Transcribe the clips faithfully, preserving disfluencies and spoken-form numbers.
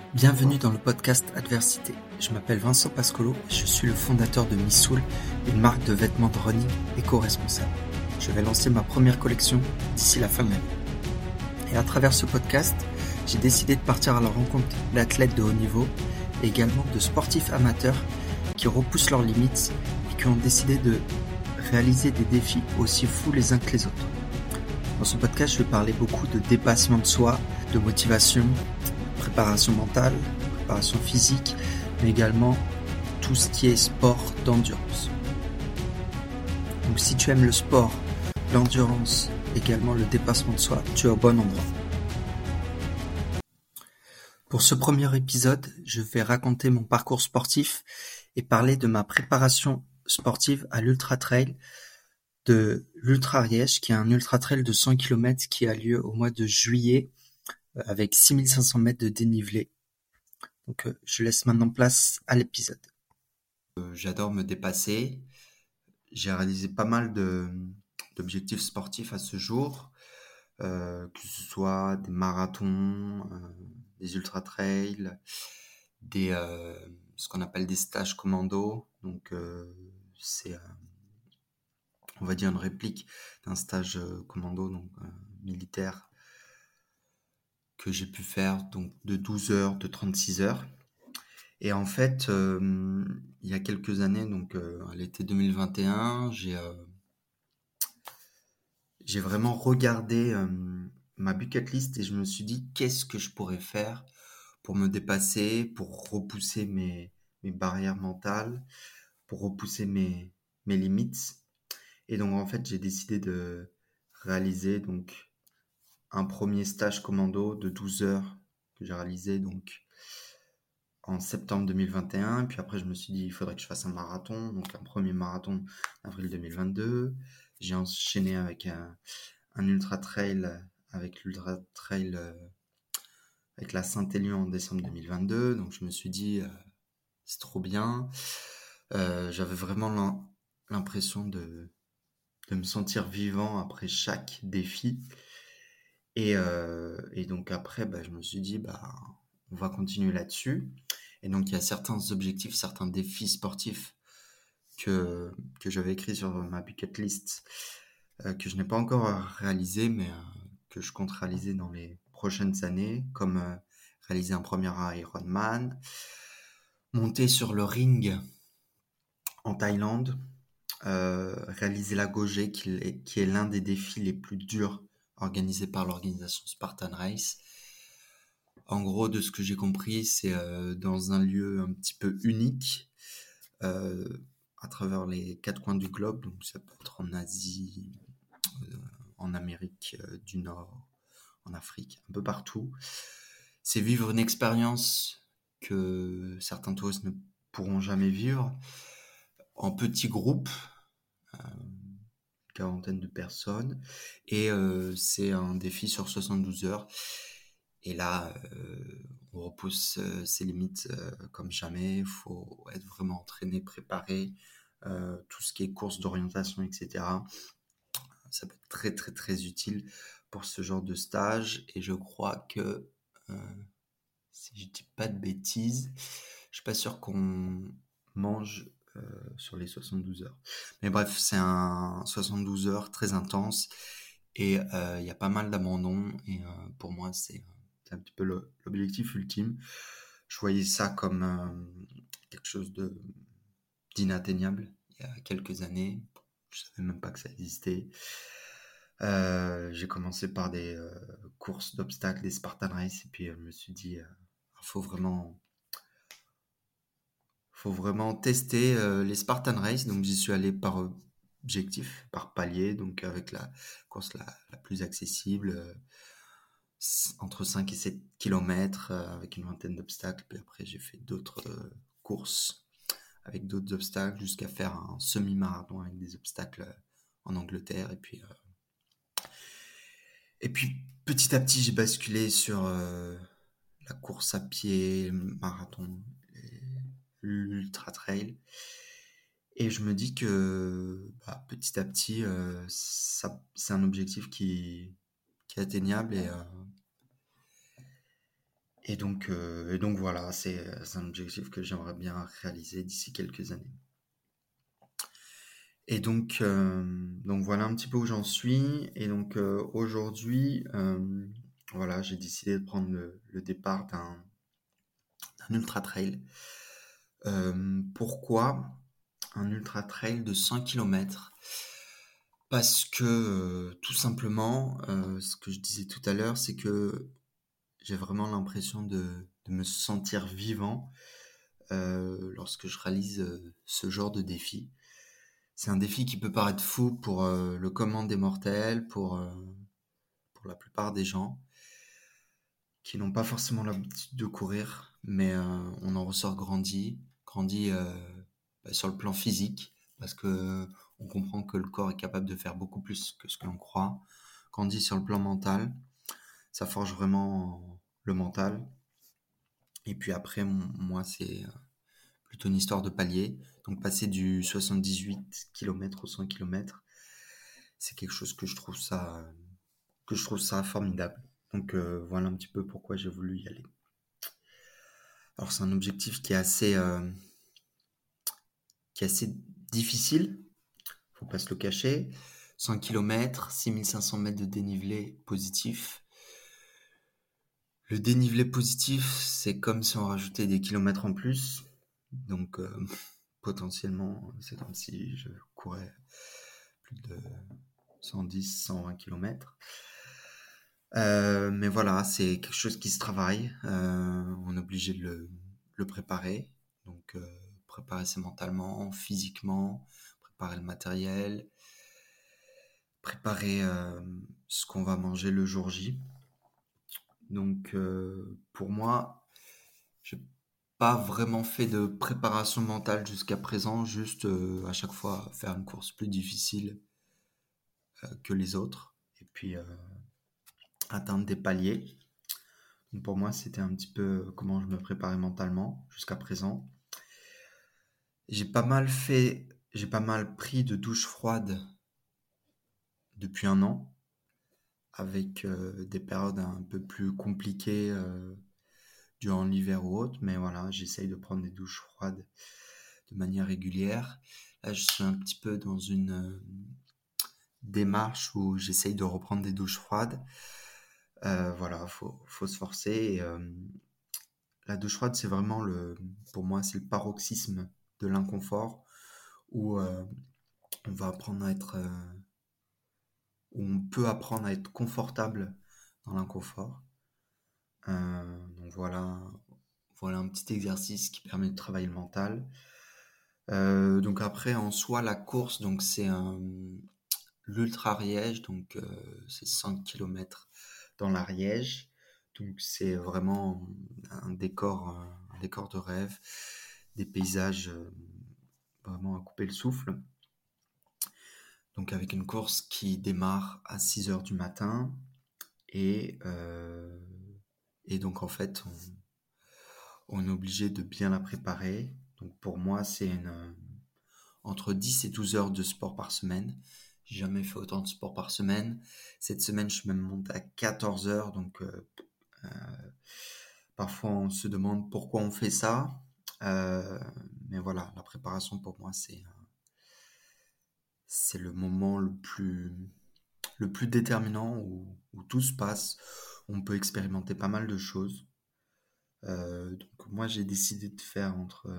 Bienvenue dans le podcast Adversité. Je m'appelle Vincent Pascolo et je suis le fondateur de Missoul, une marque de vêtements de running éco-responsable. Je vais lancer ma première collection d'ici la fin de l'année. Et à travers ce podcast, j'ai décidé de partir à la rencontre d'athlètes de haut niveau et également de sportifs amateurs qui repoussent leurs limites et qui ont décidé de réaliser des défis aussi fous les uns que les autres. Dans ce podcast, je vais parler beaucoup de dépassement de soi, de motivation, préparation mentale, préparation physique, mais également tout ce qui est sport d'endurance. Donc si tu aimes le sport, l'endurance, également le dépassement de soi, tu es au bon endroit. Pour ce premier épisode, je vais raconter mon parcours sportif et parler de ma préparation sportive à l'Ultra Trail de l'Ultra Ariège, qui est un Ultra Trail de cent kilomètres qui a lieu au mois de juillet avec six mille cinq cents mètres de dénivelé. Donc euh, je laisse maintenant place à l'épisode. Euh, j'adore me dépasser. J'ai réalisé pas mal de, d'objectifs sportifs à ce jour, euh, que ce soit des marathons, euh, des ultra-trails, des, euh, ce qu'on appelle des stages commando. Donc euh, c'est, euh, on va dire, une réplique d'un stage euh, commando, donc euh, militaire, que j'ai pu faire donc de douze heures, de trente-six heures. Et en fait, euh, il y a quelques années, donc euh, à l'été deux mille vingt et un, j'ai, euh, j'ai vraiment regardé euh, ma bucket list et je me suis dit qu'est-ce que je pourrais faire pour me dépasser, pour repousser mes, mes barrières mentales, pour repousser mes, mes limites. Et donc en fait, j'ai décidé de réaliser donc un premier stage commando de douze heures que j'ai réalisé donc en septembre deux mille vingt et un, puis après je me suis dit il faudrait que je fasse un marathon, donc un premier marathon en avril deux mille vingt-deux. J'ai enchaîné avec un, un ultra trail avec l'ultra trail euh, avec la Saint-Élion en décembre deux mille vingt-deux, donc je me suis dit euh, c'est trop bien. Euh, j'avais vraiment l'im- l'impression de, de me sentir vivant après chaque défi. Et, euh, et donc après, bah, je me suis dit, bah, on va continuer là-dessus. Et donc il y a certains objectifs, certains défis sportifs que, que j'avais écrits sur ma bucket list, euh, que je n'ai pas encore réalisé, mais euh, que je compte réaliser dans les prochaines années, comme euh, réaliser un premier Ironman, monter sur le ring en Thaïlande, euh, réaliser la Gojek, qui est, qui est l'un des défis les plus durs organisés par l'organisation Spartan Race. En gros, de ce que j'ai compris, c'est euh, dans un lieu un petit peu unique, euh, à travers les quatre coins du globe. Donc ça peut être en Asie, euh, en Amérique euh, du Nord, en Afrique, un peu partout. C'est vivre une expérience que certains touristes ne pourront jamais vivre, en petits groupes, euh, une quarantaine de personnes, et euh, c'est un défi sur soixante-douze heures. Et là, euh, on repousse euh, ses limites euh, comme jamais. Il faut être vraiment entraîné, préparé, euh, tout ce qui est course d'orientation, et cetera. Ça peut être très très très utile pour ce genre de stage. Et je crois que, euh, si je dis pas de bêtises, je suis pas sûr qu'on mange euh, sur les soixante-douze heures. Mais bref, c'est un soixante-douze heures très intense et il euh, y a pas mal d'abandon. Et euh, pour moi, c'est, c'est un petit peu le, l'objectif ultime. Je voyais ça comme euh, quelque chose de, d'inatteignable il y a quelques années. Je savais même pas que ça existait. Euh, j'ai commencé par des euh, courses d'obstacles, des Spartan Race, et puis euh, je me suis dit, il euh, faut vraiment, faut vraiment tester euh, les Spartan Race. Donc j'y suis allé par objectif, par palier, donc avec la course la, la plus accessible, euh, entre cinq et sept kilomètres, euh, avec une vingtaine d'obstacles. Puis après, j'ai fait d'autres euh, courses avec d'autres obstacles, jusqu'à faire un semi-marathon avec des obstacles euh, en Angleterre. Et puis, euh, et puis petit à petit, j'ai basculé sur euh, la course à pied, le marathon, l'ultra trail. Et je me dis que bah, petit à petit, euh, ça, c'est un objectif qui, qui est atteignable et, euh, Et donc, euh, et donc voilà, c'est c'est un objectif que j'aimerais bien réaliser d'ici quelques années. Et donc, euh, donc voilà un petit peu où j'en suis. Et donc euh, aujourd'hui, euh, voilà, j'ai décidé de prendre le, le départ d'un d'un ultra trail. Euh, pourquoi un ultra trail de cent kilomètres? Parce que euh, tout simplement, euh, ce que je disais tout à l'heure, c'est que j'ai vraiment l'impression de, de me sentir vivant euh, lorsque je réalise euh, ce genre de défi. C'est un défi qui peut paraître fou pour euh, le commun des mortels, pour, euh, pour la plupart des gens qui n'ont pas forcément l'habitude de courir, mais euh, on en ressort grandi, grandi euh, bah, sur le plan physique, parce que euh, on comprend que le corps est capable de faire beaucoup plus que ce que l'on croit, grandi sur le plan mental, ça forge vraiment le mental. Et puis après, m- moi, c'est euh, plutôt une histoire de palier. Donc passer du soixante-dix-huit kilomètres au cent kilomètres, c'est quelque chose que je trouve ça, que je trouve ça formidable. Donc euh, voilà un petit peu pourquoi j'ai voulu y aller. Alors c'est un objectif qui est assez, euh, qui est assez difficile, faut pas se le cacher. cent kilomètres, six mille cinq cents mètres de dénivelé positif. Le dénivelé positif, c'est comme si on rajoutait des kilomètres en plus. Donc euh, potentiellement, c'est comme si je courais plus de cent dix, cent vingt kilomètres. Euh, mais voilà, c'est quelque chose qui se travaille. Euh, on est obligé de le, le préparer. Donc, euh, préparer c'est mentalement, physiquement, préparer le matériel, préparer euh, ce qu'on va manger le jour J. Donc, euh, pour moi, j'ai pas vraiment fait de préparation mentale jusqu'à présent, juste euh, à chaque fois faire une course plus difficile euh, que les autres, et puis euh, atteindre des paliers. Donc pour moi, c'était un petit peu comment je me préparais mentalement jusqu'à présent. J'ai pas mal fait, j'ai pas mal pris de douches froides depuis un an, avec euh, des périodes un peu plus compliquées euh, durant l'hiver ou autre, mais voilà, j'essaye de prendre des douches froides de manière régulière. Là, je suis un petit peu dans une euh, démarche où j'essaye de reprendre des douches froides. Euh, voilà, faut, faut se forcer. Et, euh, la douche froide, c'est vraiment le, pour moi, c'est le paroxysme de l'inconfort où euh, on va apprendre à être, euh, où on peut apprendre à être confortable dans l'inconfort. Euh, donc voilà, voilà un petit exercice qui permet de travailler le mental. Euh, donc après, en soi, la course, donc c'est un l'Ultra Ariège, donc euh, c'est cent kilomètres dans l'Ariège. Donc c'est vraiment un décor, euh, un décor de rêve, des paysages euh, vraiment à couper le souffle. Donc avec une course qui démarre à six heures du matin et, euh, et donc en fait on, on est obligé de bien la préparer. Donc pour moi c'est une, euh, entre dix et douze heures de sport par semaine. J'ai jamais fait autant de sport par semaine. Cette semaine je suis même monté à quatorze heures, donc euh, euh, parfois on se demande pourquoi on fait ça. Euh, mais voilà, la préparation pour moi c'est c'est le moment le plus le plus déterminant où, où tout se passe. On peut expérimenter pas mal de choses. Euh, donc moi j'ai décidé de faire entre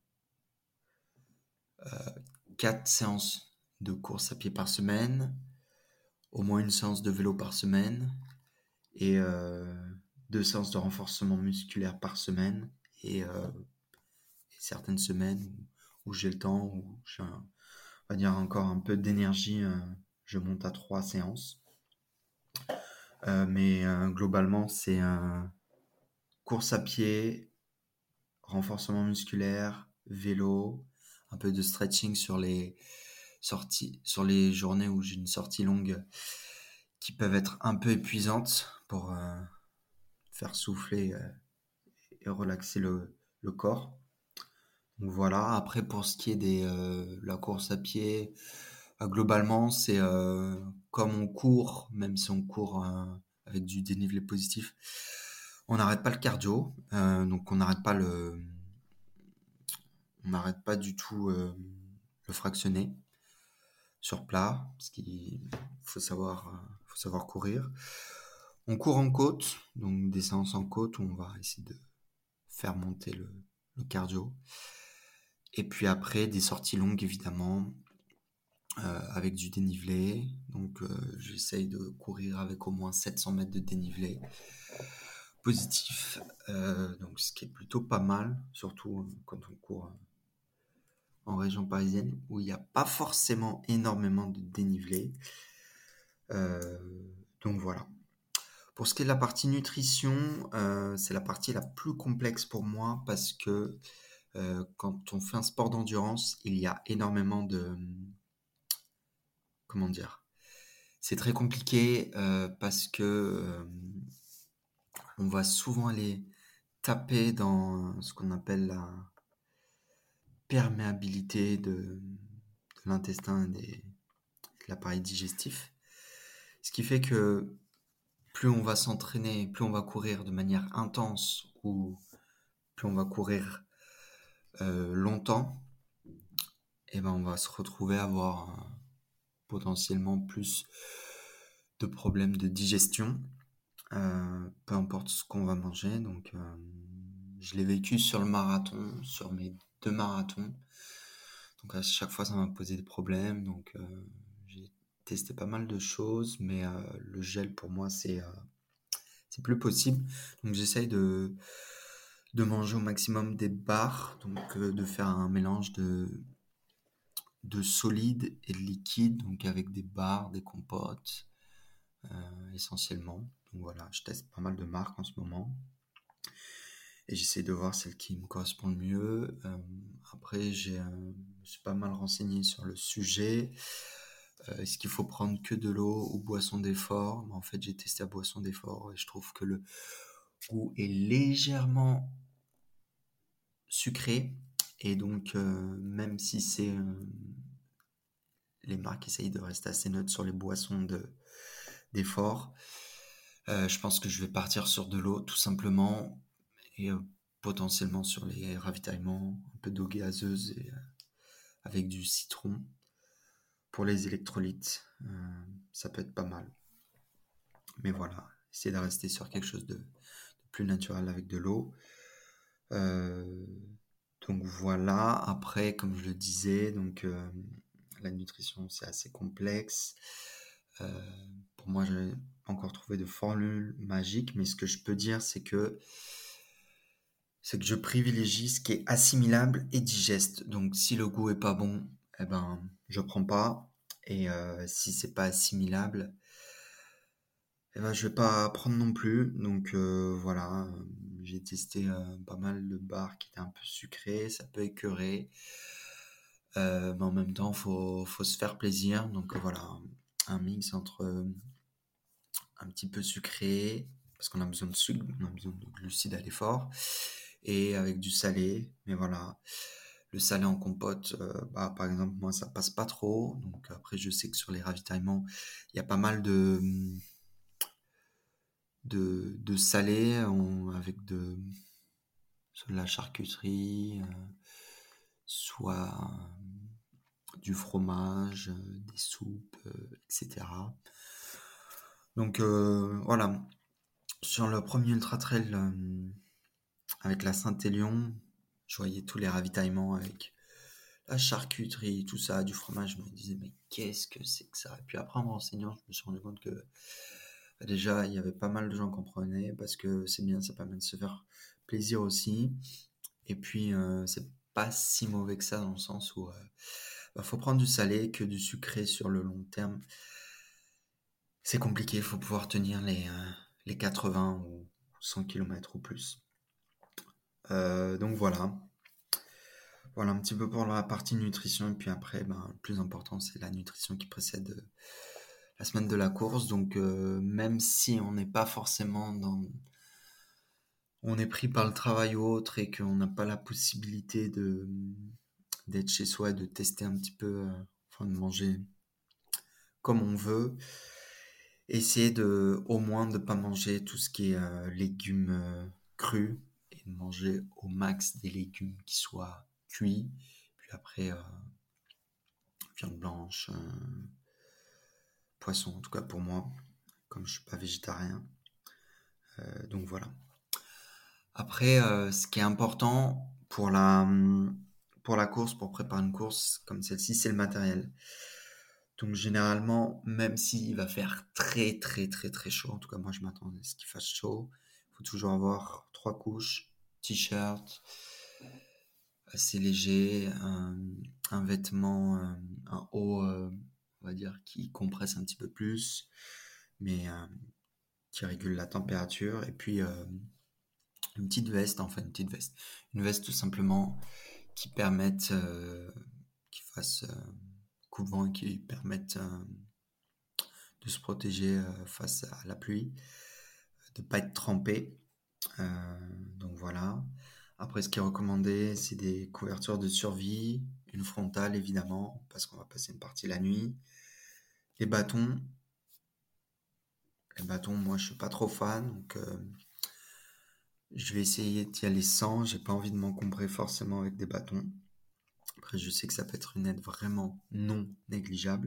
quatre séances de course à pied par semaine, au moins une séance de vélo par semaine et euh, deux séances de renforcement musculaire par semaine et, euh, et certaines semaines où, où j'ai le temps, où j'ai un- on va dire encore un peu d'énergie, euh, je monte à trois séances. Euh, mais euh, globalement c'est un course à pied, renforcement musculaire, vélo, un peu de stretching sur les sorties, sur les journées où j'ai une sortie longue qui peuvent être un peu épuisantes pour euh, faire souffler euh, et relaxer le, le corps. Donc voilà. Après, pour ce qui est des euh, la course à pied, euh, globalement, c'est euh, comme on court, même si on court euh, avec du dénivelé positif, On n'arrête pas le cardio, euh, donc on n'arrête pas le, on n'arrête pas du tout euh, le fractionné sur plat, parce qu'il faut savoir, euh, faut savoir courir. On court en côte, donc des séances en côte où on va essayer de faire monter le, le cardio. Et puis après, des sorties longues, évidemment, euh, avec du dénivelé. Donc, euh, j'essaye de courir avec au moins sept cents mètres de dénivelé positif. Euh, donc, ce qui est plutôt pas mal, surtout euh, quand on court euh, en région parisienne, où il n'y a pas forcément énormément de dénivelé. Euh, donc, voilà. Pour ce qui est de la partie nutrition, euh, c'est la partie la plus complexe pour moi parce que euh, quand on fait un sport d'endurance, il y a énormément de... Comment dire? C'est très compliqué euh, parce que euh, on va souvent aller taper dans ce qu'on appelle la perméabilité de, de l'intestin et des- de l'appareil digestif. Ce qui fait que plus on va s'entraîner, plus on va courir de manière intense ou plus on va courir euh, longtemps, et ben on va se retrouver à avoir euh, potentiellement plus de problèmes de digestion, euh, peu importe ce qu'on va manger. Donc, euh, je l'ai vécu sur le marathon, sur mes deux marathons. Donc, à chaque fois, ça m'a posé des problèmes. Donc, euh, j'ai testé pas mal de choses, mais euh, le gel pour moi, c'est euh, c'est plus possible. Donc, j'essaye de de manger au maximum des bars, donc euh, de faire un mélange de de solide et de liquide, donc avec des bars, des compotes, euh, essentiellement. Donc voilà, je teste pas mal de marques en ce moment. Et j'essaie de voir celle qui me correspond le mieux. Euh, après, j'ai, euh, je me suis pas mal renseigné sur le sujet. Euh, est-ce qu'il faut prendre que de l'eau ou boisson d'effort? En fait, j'ai testé la boisson d'effort et je trouve que le goût est légèrement sucré. Et donc, euh, même si c'est... euh, les marques essayent de rester assez neutres sur les boissons de, d'effort, euh, je pense que je vais partir sur de l'eau tout simplement et euh, potentiellement sur les ravitaillements, un peu d'eau gazeuse et, euh, avec du citron pour les électrolytes. Euh, ça peut être pas mal. Mais voilà, essayer de rester sur quelque chose de, de plus naturel avec de l'eau. Euh, donc voilà, après, comme je le disais, donc, euh, la nutrition, c'est assez complexe. Euh, pour moi, je n'ai pas encore trouvé de formule magique, mais ce que je peux dire, c'est que c'est que je privilégie ce qui est assimilable et digeste. Donc, si le goût est pas bon, eh ben, je prends pas. Et euh, si c'est pas assimilable, eh ben, je vais pas prendre non plus. Donc, euh, voilà, euh, j'ai testé euh, pas mal de bars qui étaient un peu sucrés, ça peut écœurer. Euh, mais en même temps, faut, faut se faire plaisir. Donc, euh, voilà, un mix entre euh, un petit peu sucré, parce qu'on a besoin de sucre, on a besoin de glucides à l'effort, et avec du salé. Mais voilà, le salé en compote, euh, bah, par exemple, moi, ça passe pas trop. Donc après, je sais que sur les ravitaillements, il y a pas mal de, de, de salé on- avec de, soit de la charcuterie, euh, soit euh, du fromage, euh, des soupes, euh, et cetera. Donc euh, voilà, sur le premier ultra trail euh, avec la Saint-Élion, je voyais tous les ravitaillements avec la charcuterie, tout ça, du fromage. Je me disais, mais qu'est-ce que c'est que ça? Et puis après, en me renseignant, je me suis rendu compte que bah, déjà, il y avait pas mal de gens qui en prenaient parce que c'est bien, ça permet de se faire plaisir aussi. Et puis, euh, c'est pas si mauvais que ça dans le sens où euh, bah, faut prendre du salé que du sucré sur le long terme. C'est compliqué, il faut pouvoir tenir les, euh, les quatre-vingts ou cent kilomètres ou plus. Euh, donc voilà. Voilà un petit peu pour la partie nutrition. Et puis après, ben, le plus important, c'est la nutrition qui précède euh, la semaine de la course. Donc euh, même si on n'est pas forcément dans... On est pris par le travail ou autre et qu'on n'a pas la possibilité de d'être chez soi et de tester un petit peu, euh, enfin de manger comme on veut, essayer de, au moins de ne pas manger tout ce qui est euh, légumes euh, crus et de manger au max des légumes qui soient cuits. Puis après, euh, viande blanche, euh, poisson, en tout cas pour moi, comme je suis pas végétarien. Euh, donc voilà. Après, euh, ce qui est important pour la, pour la course, pour préparer une course comme celle-ci, c'est le matériel. Donc généralement, même s'il va faire très très très très chaud, en tout cas moi je m'attends à ce qu'il fasse chaud, il faut toujours avoir trois couches, t-shirt, assez léger, un, un vêtement, un, un haut, euh, on va dire, qui compresse un petit peu plus, mais euh, qui régule la température, et puis euh, une petite veste, enfin une petite veste, une veste tout simplement qui permette, euh, qui fasse euh, coupe-vent et qui permette euh, de se protéger euh, face à la pluie, de ne pas être trempé. Euh, donc voilà. Après, ce qui est recommandé, c'est des couvertures de survie, une frontale évidemment, parce qu'on va passer une partie la nuit. Les bâtons. Les bâtons, moi je suis pas trop fan, donc euh, je vais essayer d'y aller sans. J'ai pas envie de m'encombrer forcément avec des bâtons. Après, je sais que ça peut être une aide vraiment non négligeable.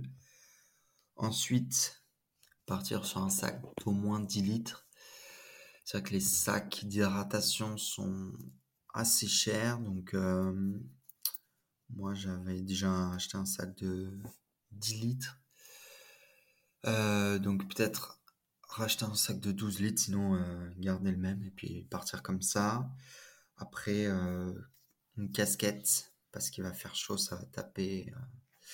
Ensuite, partir sur un sac d'au moins dix litres. C'est vrai que les sacs d'hydratation sont assez chers, donc euh, moi j'avais déjà acheté un sac de dix litres. Euh, donc peut-être racheter un sac de douze litres, sinon euh, garder le même et puis partir comme ça. Après, euh, une casquette, parce qu'il va faire chaud, ça va taper. Euh,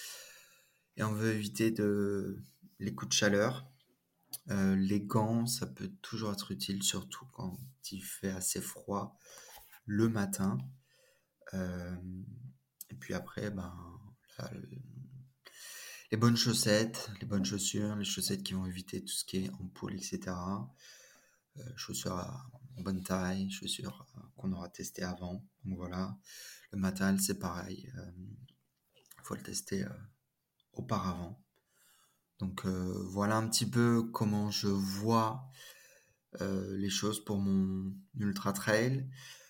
et on veut éviter de, les coups de chaleur. Euh, les gants, ça peut toujours être utile, surtout quand il fait assez froid le matin. Euh, et puis après, ben, là, le- les bonnes chaussettes, les bonnes chaussures, les chaussettes qui vont éviter tout ce qui est ampoule, et cetera. Euh, chaussures à, en bonne taille, chaussures euh, qu'on aura testées avant. Donc voilà. Le matériel, c'est pareil. Il euh, faut le tester euh, auparavant. Donc euh, voilà un petit peu comment je vois euh, les choses pour mon ultra trail.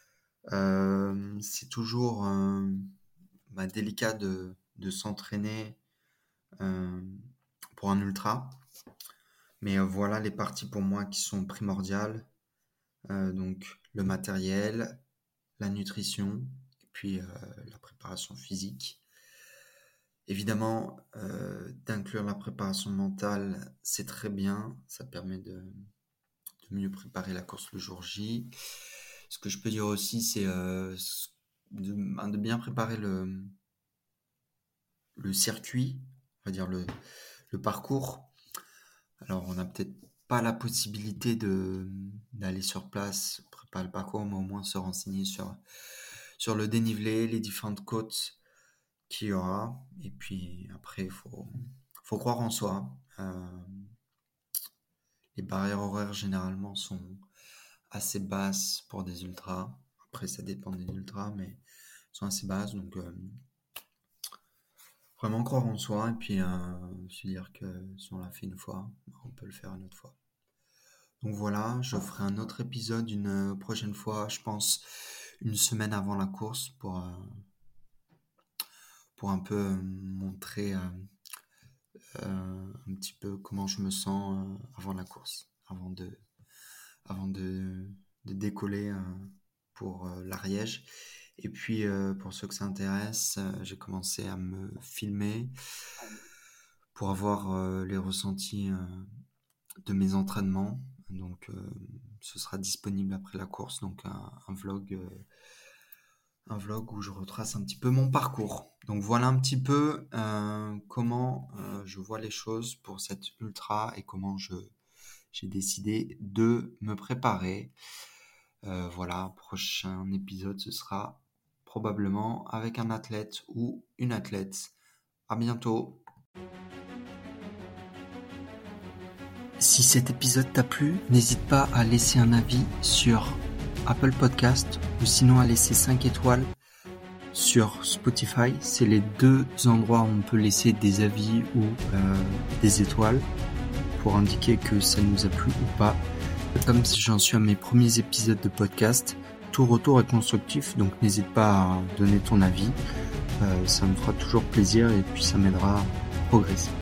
Euh, c'est toujours euh, bah, délicat de, de s'entraîner euh, pour un ultra. Mais euh, voilà les parties pour moi qui sont primordiales. Euh, donc le matériel, la nutrition et puis euh, la préparation physique. Évidemment, euh, d'inclure la préparation mentale, c'est très bien. Ça permet de, de mieux préparer la course le jour J. Ce que je peux dire aussi, c'est euh, de, de bien préparer le, le circuit, on va dire le, le parcours. Alors, on n'a peut-être pas la possibilité de, d'aller sur place, préparer le parcours, mais au moins se renseigner sur, sur le dénivelé, les différentes côtes qu'il y aura. Et puis après, il faut, faut croire en soi. Euh, les barrières horaires, généralement, sont assez basses pour des ultras. Après, ça dépend des ultras, mais sont assez basses. Donc, euh, vraiment croire en soi et puis euh, se dire que si on l'a fait une fois, on peut le faire une autre fois. Donc voilà, je ferai un autre épisode une prochaine fois, je pense une semaine avant la course pour, euh, pour un peu euh, montrer euh, euh, un petit peu comment je me sens euh, avant la course, avant de, avant de, de décoller euh, pour euh, l'Ariège. Et puis euh, pour ceux que ça intéresse, euh, j'ai commencé à me filmer pour avoir euh, les ressentis euh, de mes entraînements. Donc euh, ce sera disponible après la course, donc un, un vlog euh, un vlog où je retrace un petit peu mon parcours. Donc voilà un petit peu euh, comment euh, je vois les choses pour cette ultra et comment je j'ai décidé de me préparer. Euh, voilà, prochain épisode, ce sera probablement avec un athlète ou une athlète. À bientôt. Si cet épisode t'a plu, n'hésite pas à laisser un avis sur Apple Podcast ou sinon à laisser cinq étoiles sur Spotify. C'est les deux endroits où on peut laisser des avis ou euh, des étoiles. pour indiquer que ça nous a plu ou pas. Comme si j'en suis à mes premiers épisodes de podcast, tout retour est constructif, donc n'hésite pas à donner ton avis. Euh, ça me fera toujours plaisir et puis ça m'aidera à progresser.